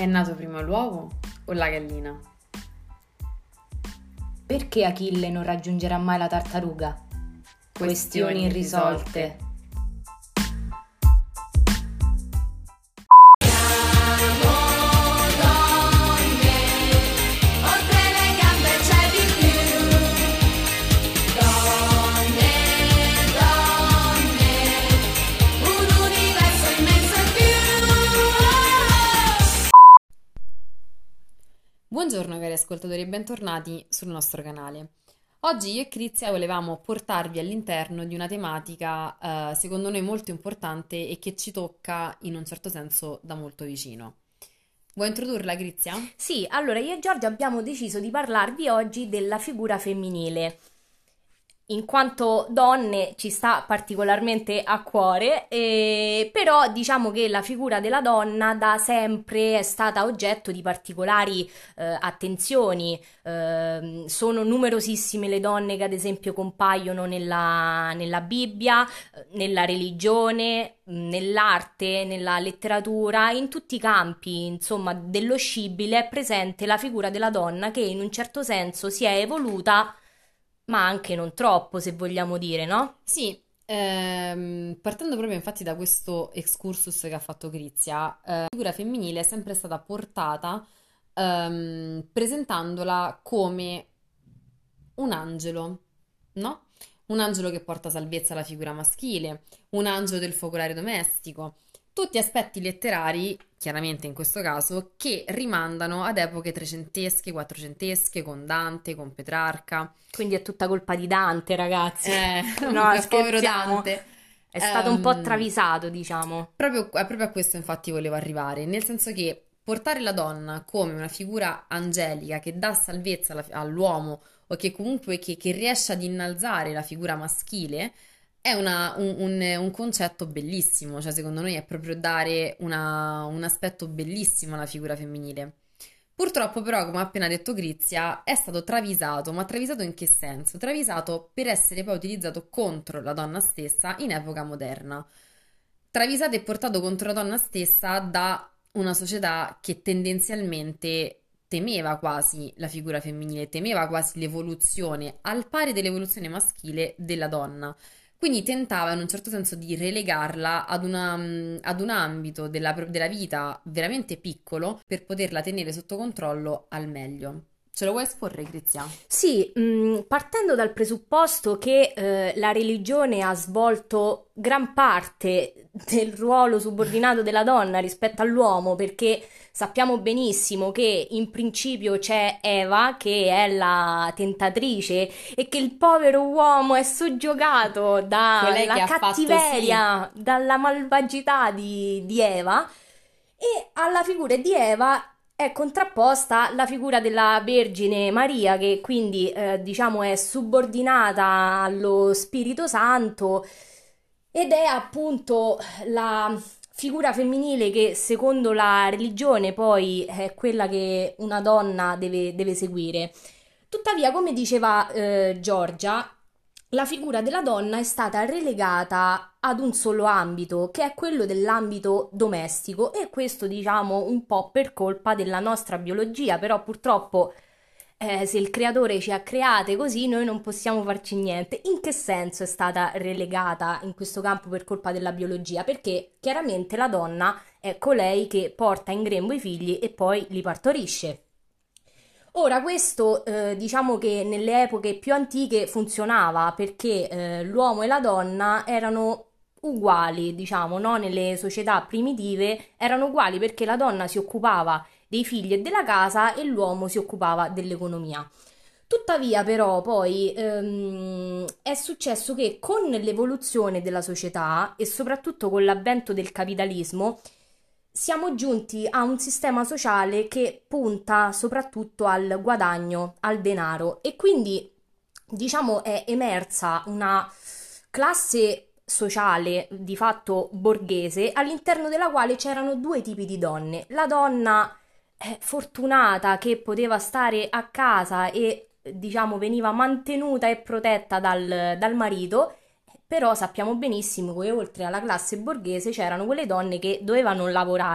È nato prima l'uovo o la gallina? Perché Achille non raggiungerà mai la tartaruga? Questioni irrisolte. Buongiorno cari ascoltatori e bentornati sul nostro canale. Oggi io e Crizia volevamo portarvi all'interno di una tematica secondo noi molto importante e che ci tocca in un certo senso da molto vicino. Vuoi introdurla, Crizia? Sì, allora io e Giorgio abbiamo deciso di parlarvi oggi della figura femminile. In quanto donne ci sta particolarmente a cuore, però diciamo che la figura della donna da sempre è stata oggetto di particolari attenzioni. Sono numerosissime le donne che ad esempio compaiono nella Bibbia, nella religione, nell'arte, nella letteratura, in tutti i campi, insomma, dello scibile è presente la figura della donna che in un certo senso si è evoluta, ma anche non troppo, se vogliamo dire, no? Sì, partendo proprio infatti da questo excursus che ha fatto Crizia, la figura femminile è sempre stata portata presentandola come un angelo, no? Un angelo che porta salvezza alla figura maschile, un angelo del focolare domestico, tutti aspetti letterari, chiaramente in questo caso, che rimandano ad epoche trecentesche, quattrocentesche, con Dante, con Petrarca. Quindi è tutta colpa di Dante, ragazzi. No, Quel povero scherziamo. Dante. È stato un po' travisato, diciamo. Proprio a questo infatti volevo arrivare, nel senso che portare la donna come una figura angelica che dà salvezza all'uomo o che comunque che riesce ad innalzare la figura maschile è un concetto bellissimo, cioè secondo noi è proprio dare un aspetto bellissimo alla figura femminile. Purtroppo però, come ha appena detto Grizia, è stato travisato, ma travisato in che senso? Travisato per essere poi utilizzato contro la donna stessa in epoca moderna. Travisato e portato contro la donna stessa da una società che tendenzialmente temeva quasi la figura femminile, temeva quasi l'evoluzione, al pari dell'evoluzione maschile della donna. Quindi tentava in un certo senso di relegarla ad un ambito della vita veramente piccolo per poterla tenere sotto controllo al meglio. Ce lo vuoi esporre, Crizia? Sì, partendo dal presupposto che la religione ha svolto gran parte del ruolo subordinato della donna rispetto all'uomo, perché sappiamo benissimo che in principio c'è Eva, che è la tentatrice, e che il povero uomo è soggiogato Colei che dalla ha fatto cattiveria, dalla malvagità di Eva, e alla figura di Eva è contrapposta la figura della Vergine Maria, che quindi diciamo è subordinata allo Spirito Santo ed è appunto la figura femminile che secondo la religione poi è quella che una donna deve seguire. Tuttavia, come diceva Giorgia, la figura della donna è stata relegata ad un solo ambito, che è quello dell'ambito domestico, e questo diciamo un po' per colpa della nostra biologia, però purtroppo se il creatore ci ha create così noi non possiamo farci niente. In che senso è stata relegata in questo campo per colpa della biologia? Perché chiaramente la donna è colei che porta in grembo i figli e poi li partorisce. Ora, questo diciamo che nelle epoche più antiche funzionava perché l'uomo e la donna erano uguali, diciamo, no? Nelle società primitive erano uguali perché la donna si occupava dei figli e della casa e l'uomo si occupava dell'economia. Tuttavia, però, poi è successo che con l'evoluzione della società e soprattutto con l'avvento del capitalismo siamo giunti a un sistema sociale che punta soprattutto al guadagno, al denaro, e quindi diciamo è emersa una classe sociale di fatto borghese all'interno della quale c'erano due tipi di donne. La donna fortunata che poteva stare a casa e diciamo veniva mantenuta e protetta dal marito. Però sappiamo benissimo che oltre alla classe borghese c'erano quelle donne che dovevano lavorare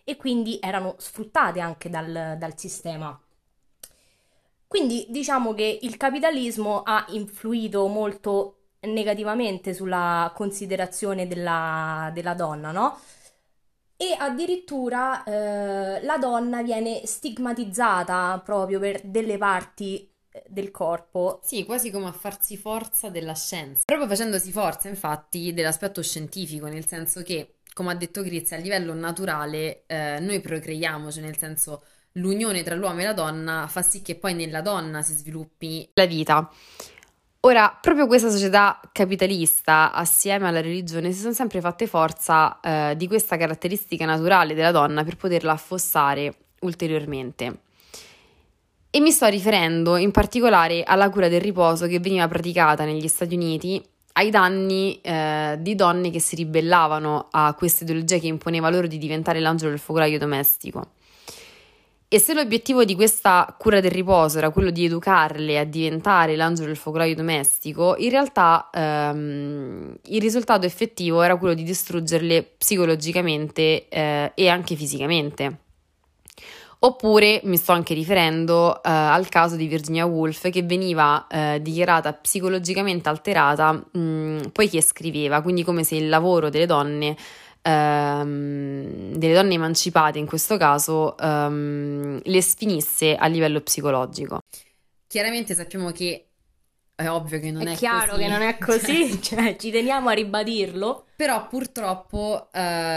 e quindi erano sfruttate anche dal sistema. Quindi diciamo che il capitalismo ha influito molto negativamente sulla considerazione della donna, no? E addirittura la donna viene stigmatizzata proprio per delle parti del corpo. Sì, quasi come a farsi forza della scienza. Proprio facendosi forza, infatti, dell'aspetto scientifico, nel senso che, come ha detto Grizia, a livello naturale noi procreiamo, cioè nel senso l'unione tra l'uomo e la donna fa sì che poi nella donna si sviluppi la vita. Ora, proprio questa società capitalista, assieme alla religione, si sono sempre fatte forza di questa caratteristica naturale della donna per poterla affossare ulteriormente. E mi sto riferendo in particolare alla cura del riposo che veniva praticata negli Stati Uniti ai danni di donne che si ribellavano a questa ideologia che imponeva loro di diventare l'angelo del focolaio domestico. E se l'obiettivo di questa cura del riposo era quello di educarle a diventare l'angelo del focolaio domestico, in realtà il risultato effettivo era quello di distruggerle psicologicamente e anche fisicamente. Oppure mi sto anche riferendo al caso di Virginia Woolf, che veniva dichiarata psicologicamente alterata poiché scriveva, quindi come se il lavoro delle donne emancipate in questo caso le sfinisse a livello psicologico. Chiaramente sappiamo che è ovvio che non È è chiaro così. che non è così, cioè ci teniamo a ribadirlo. Però purtroppo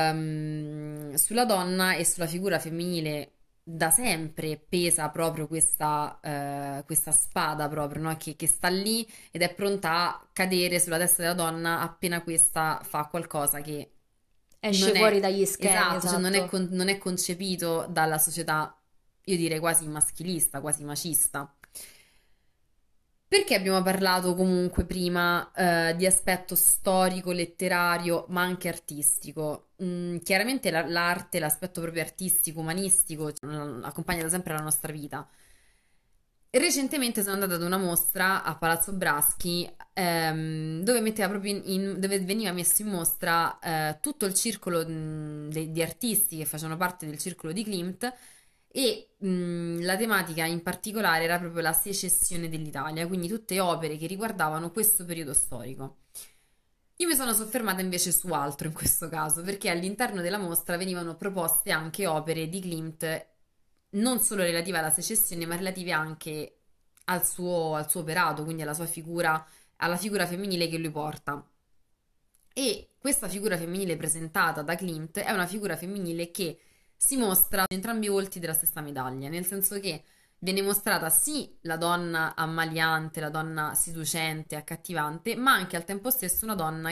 sulla donna e sulla figura femminile da sempre pesa proprio questa spada proprio, no? Che sta lì ed è pronta a cadere sulla testa della donna appena questa fa qualcosa che Esce non fuori è dagli schemi, esatto, cioè esatto. non è concepito dalla società, io direi quasi maschilista, quasi macista. Perché abbiamo parlato comunque prima di aspetto storico, letterario, ma anche artistico? Chiaramente l'arte, l'aspetto proprio artistico, umanistico, accompagna da sempre la nostra vita. Recentemente sono andata ad una mostra a Palazzo Braschi dove metteva proprio dove veniva messo in mostra tutto il circolo di artisti che facevano parte del circolo di Klimt e la tematica in particolare era proprio la secessione dell'Italia, quindi tutte opere che riguardavano questo periodo storico. Io mi sono soffermata invece su altro in questo caso, perché all'interno della mostra venivano proposte anche opere di Klimt non solo relative alla secessione, ma relative anche al suo operato, quindi alla sua figura, alla figura femminile che lui porta. E questa figura femminile presentata da Klimt è una figura femminile che si mostra entrambi i volti della stessa medaglia, nel senso che viene mostrata sì la donna ammaliante, la donna seducente, accattivante, ma anche al tempo stesso una donna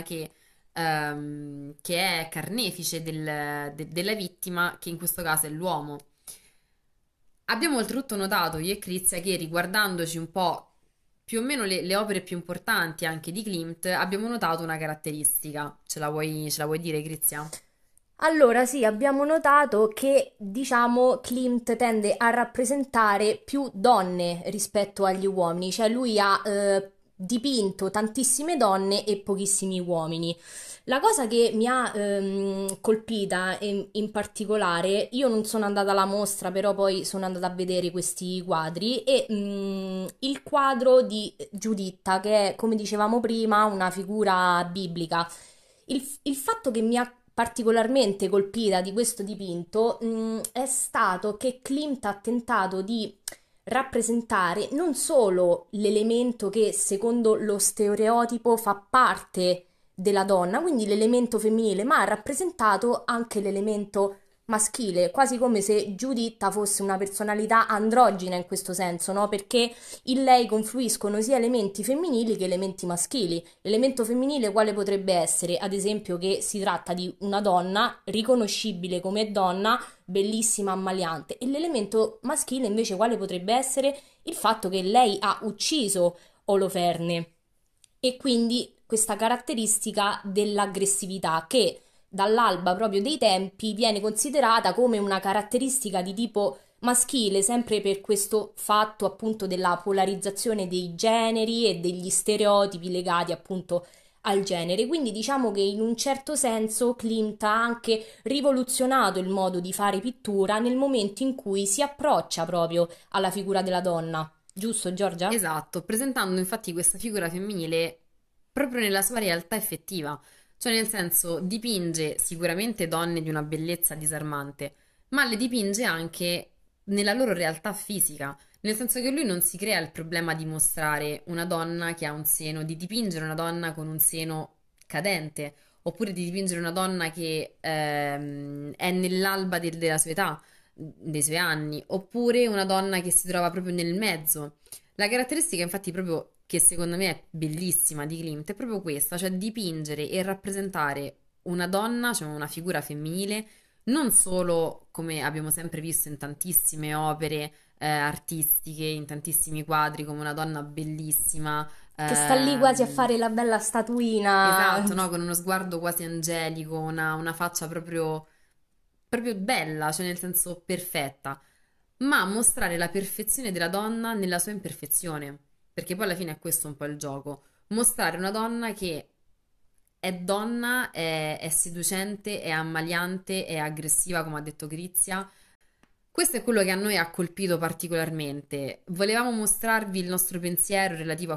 che è carnefice della vittima, che in questo caso è l'uomo. Abbiamo oltretutto notato io e Crizia che riguardandoci un po' più o meno le opere più importanti anche di Klimt, abbiamo notato una caratteristica. Ce la vuoi dire, Crizia? Allora, sì, abbiamo notato che, diciamo, Klimt tende a rappresentare più donne rispetto agli uomini, cioè lui ha dipinto tantissime donne e pochissimi uomini. La cosa che mi ha colpita in particolare, io non sono andata alla mostra, però poi sono andata a vedere questi quadri e il quadro di Giuditta, che è, come dicevamo prima, una figura biblica. Il fatto che mi ha particolarmente colpita di questo dipinto, è stato che Klimt ha tentato di rappresentare non solo l'elemento che secondo lo stereotipo fa parte della donna, quindi l'elemento femminile, ma ha rappresentato anche l'elemento maschile, quasi come se Giuditta fosse una personalità androgina in questo senso, no? Perché in lei confluiscono sia elementi femminili che elementi maschili. L'elemento femminile quale potrebbe essere? Ad esempio che si tratta di una donna riconoscibile come donna, bellissima, ammaliante. E l'elemento maschile invece quale potrebbe essere? Il fatto che lei ha ucciso Oloferne e quindi questa caratteristica dell'aggressività che dall'alba proprio dei tempi viene considerata come una caratteristica di tipo maschile, sempre per questo fatto appunto della polarizzazione dei generi e degli stereotipi legati appunto al genere. Quindi diciamo che in un certo senso Klimt ha anche rivoluzionato il modo di fare pittura nel momento in cui si approccia proprio alla figura della donna. Giusto, Giorgia? Esatto, presentando infatti questa figura femminile proprio nella sua realtà effettiva, cioè nel senso dipinge sicuramente donne di una bellezza disarmante, ma le dipinge anche nella loro realtà fisica, nel senso che lui non si crea il problema di mostrare una donna che ha un seno, di dipingere una donna con un seno cadente, oppure di dipingere una donna che è nell'alba della sua età, dei suoi anni, oppure una donna che si trova proprio nel mezzo. La caratteristica, infatti, proprio che secondo me è bellissima di Klimt è proprio questa, cioè dipingere e rappresentare una donna, cioè una figura femminile, non solo come abbiamo sempre visto in tantissime opere artistiche, in tantissimi quadri, come una donna bellissima, Che sta lì quasi a fare la bella esatto, statuina. no? Con uno sguardo quasi angelico, una faccia proprio bella, cioè nel senso perfetta, ma mostrare la perfezione della donna nella sua imperfezione, perché poi alla fine è questo un po' il gioco, mostrare una donna che è donna, è seducente, è ammaliante, è aggressiva, come ha detto Grizia. Questo è quello che a noi ha colpito particolarmente. Volevamo mostrarvi il nostro pensiero relativo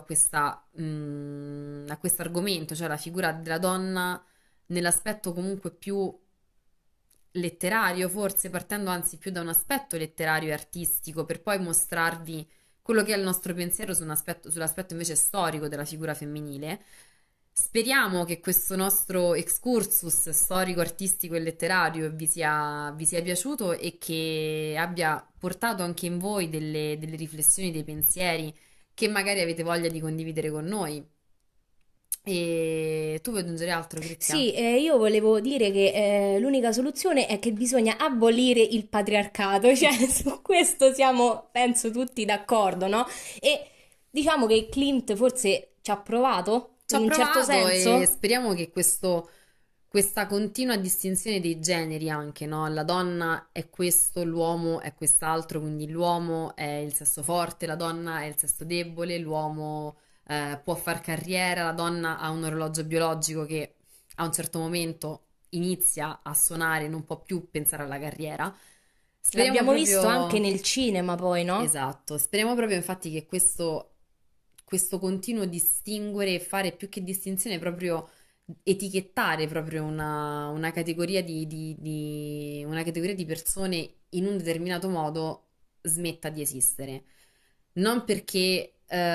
a questo argomento, cioè la figura della donna nell'aspetto comunque più letterario, forse partendo anzi più da un aspetto letterario e artistico, per poi mostrarvi quello che è il nostro pensiero sull'aspetto invece storico della figura femminile. Speriamo che questo nostro excursus storico, artistico e letterario vi sia piaciuto e che abbia portato anche in voi delle riflessioni, dei pensieri che magari avete voglia di condividere con noi. E tu vuoi aggiungere altro, Crizia? Sì, io volevo dire che l'unica soluzione è che bisogna abolire il patriarcato, cioè su questo siamo, penso, tutti d'accordo, no? E diciamo che Klimt forse ci ha provato, Ci in ho un certo provato e senso. speriamo che questa continua distinzione dei generi anche, no? La donna è questo, l'uomo è quest'altro, quindi l'uomo è il sesso forte, la donna è il sesso debole, l'uomo può far carriera, la donna ha un orologio biologico che a un certo momento inizia a suonare, non può più pensare alla carriera. Speriamo L'abbiamo visto anche proprio. nel cinema poi, no? Esatto, speriamo proprio infatti che questo continuo distinguere e fare più che distinzione proprio etichettare proprio una categoria una categoria di persone in un determinato modo smetta di esistere. Non perché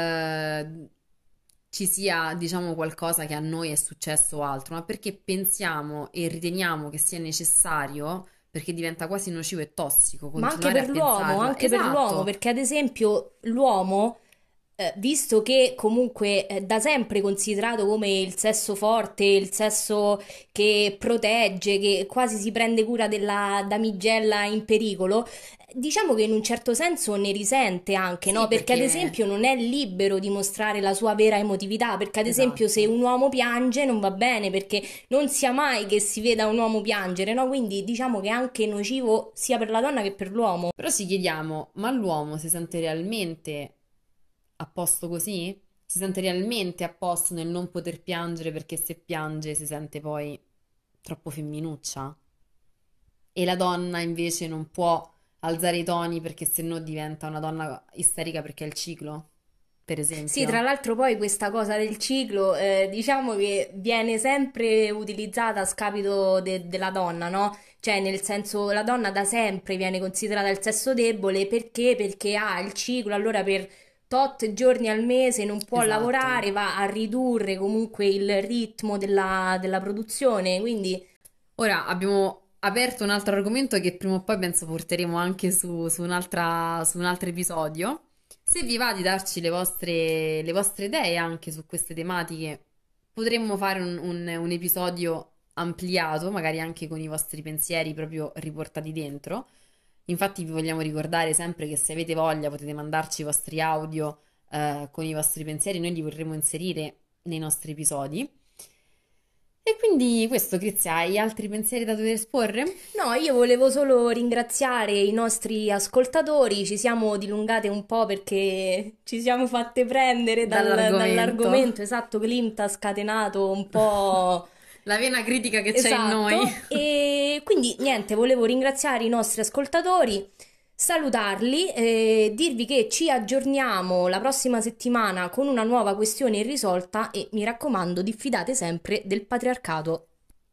ci sia, diciamo, qualcosa che a noi è successo o altro, ma perché pensiamo e riteniamo che sia necessario, perché diventa quasi nocivo e tossico Ma continuare a pensarla. anche per l'uomo, Esatto. perché ad esempio l'uomo, visto che comunque è da sempre considerato come il sesso forte, il sesso che protegge, che quasi si prende cura della damigella in pericolo, diciamo che in un certo senso ne risente anche, no? Sì, Perché ad perché esempio non è libero di mostrare la sua vera emotività, perché ad esempio se esatto. un uomo piange non va bene, perché non sia mai che si veda un uomo piangere, no? Quindi diciamo che è anche nocivo sia per la donna che per l'uomo. Però ci chiediamo, ma l'uomo si sente realmente a posto così? Si sente realmente a posto nel non poter piangere perché se piange si sente poi troppo femminuccia? E la donna invece non può alzare i toni perché sennò diventa una donna isterica perché è il ciclo, per Sì, tra esempio. l'altro poi questa cosa del ciclo, diciamo che viene sempre utilizzata a scapito della donna, no? Cioè, nel senso, la donna da sempre viene considerata il sesso debole perché? Perché ha il ciclo, allora per tot giorni al mese non può Esatto. lavorare, va a ridurre comunque il ritmo della produzione, quindi Ora abbiamo aperto un altro argomento che prima o poi penso porteremo anche su un altro episodio. Se vi va di darci le vostre idee anche su queste tematiche, potremmo fare un episodio ampliato, magari anche con i vostri pensieri proprio riportati dentro. Infatti vi vogliamo ricordare sempre che se avete voglia potete mandarci i vostri audio con i vostri pensieri, noi li vorremmo inserire nei nostri episodi. E quindi questo, Crizia, hai altri pensieri da dover esporre? No, io volevo solo ringraziare i nostri ascoltatori, ci siamo dilungate un po' perché ci siamo fatte prendere Dall'argomento. dall'argomento, esatto, Klimt ha scatenato un po'. La vena critica che c'è in noi. Esatto, e quindi niente, volevo ringraziare i nostri ascoltatori, salutarli e dirvi che ci aggiorniamo la prossima settimana con una nuova questione irrisolta e mi raccomando, diffidate sempre del patriarcato.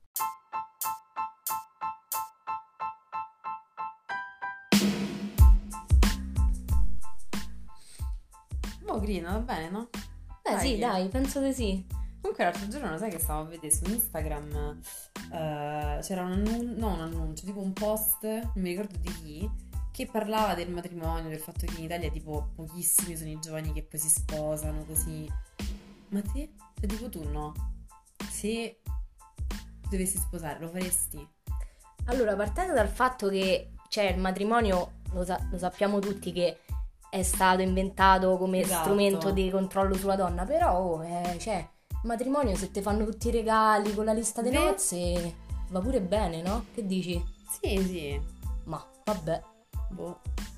Oh, Grina, va bene, no? Beh, Dai sì, che... dai, penso di sì. Comunque l'altro giorno, sai che stavo a vedere su Instagram, c'era no, un annuncio, tipo un post, non mi ricordo di chi, che parlava del matrimonio, del fatto che in Italia tipo pochissimi sono i giovani che poi si sposano, così. Ma te? Cioè tipo tu no? Se ti dovessi sposare, lo faresti? Allora, partendo dal fatto che c'è il matrimonio, lo sappiamo tutti che è stato inventato come strumento Esatto. di controllo sulla donna, però, cioè, il matrimonio se ti fanno tutti i regali con la lista delle Beh, nozze, va pure bene, no? Che dici? sì, sì. Ma, vabbè. Boh.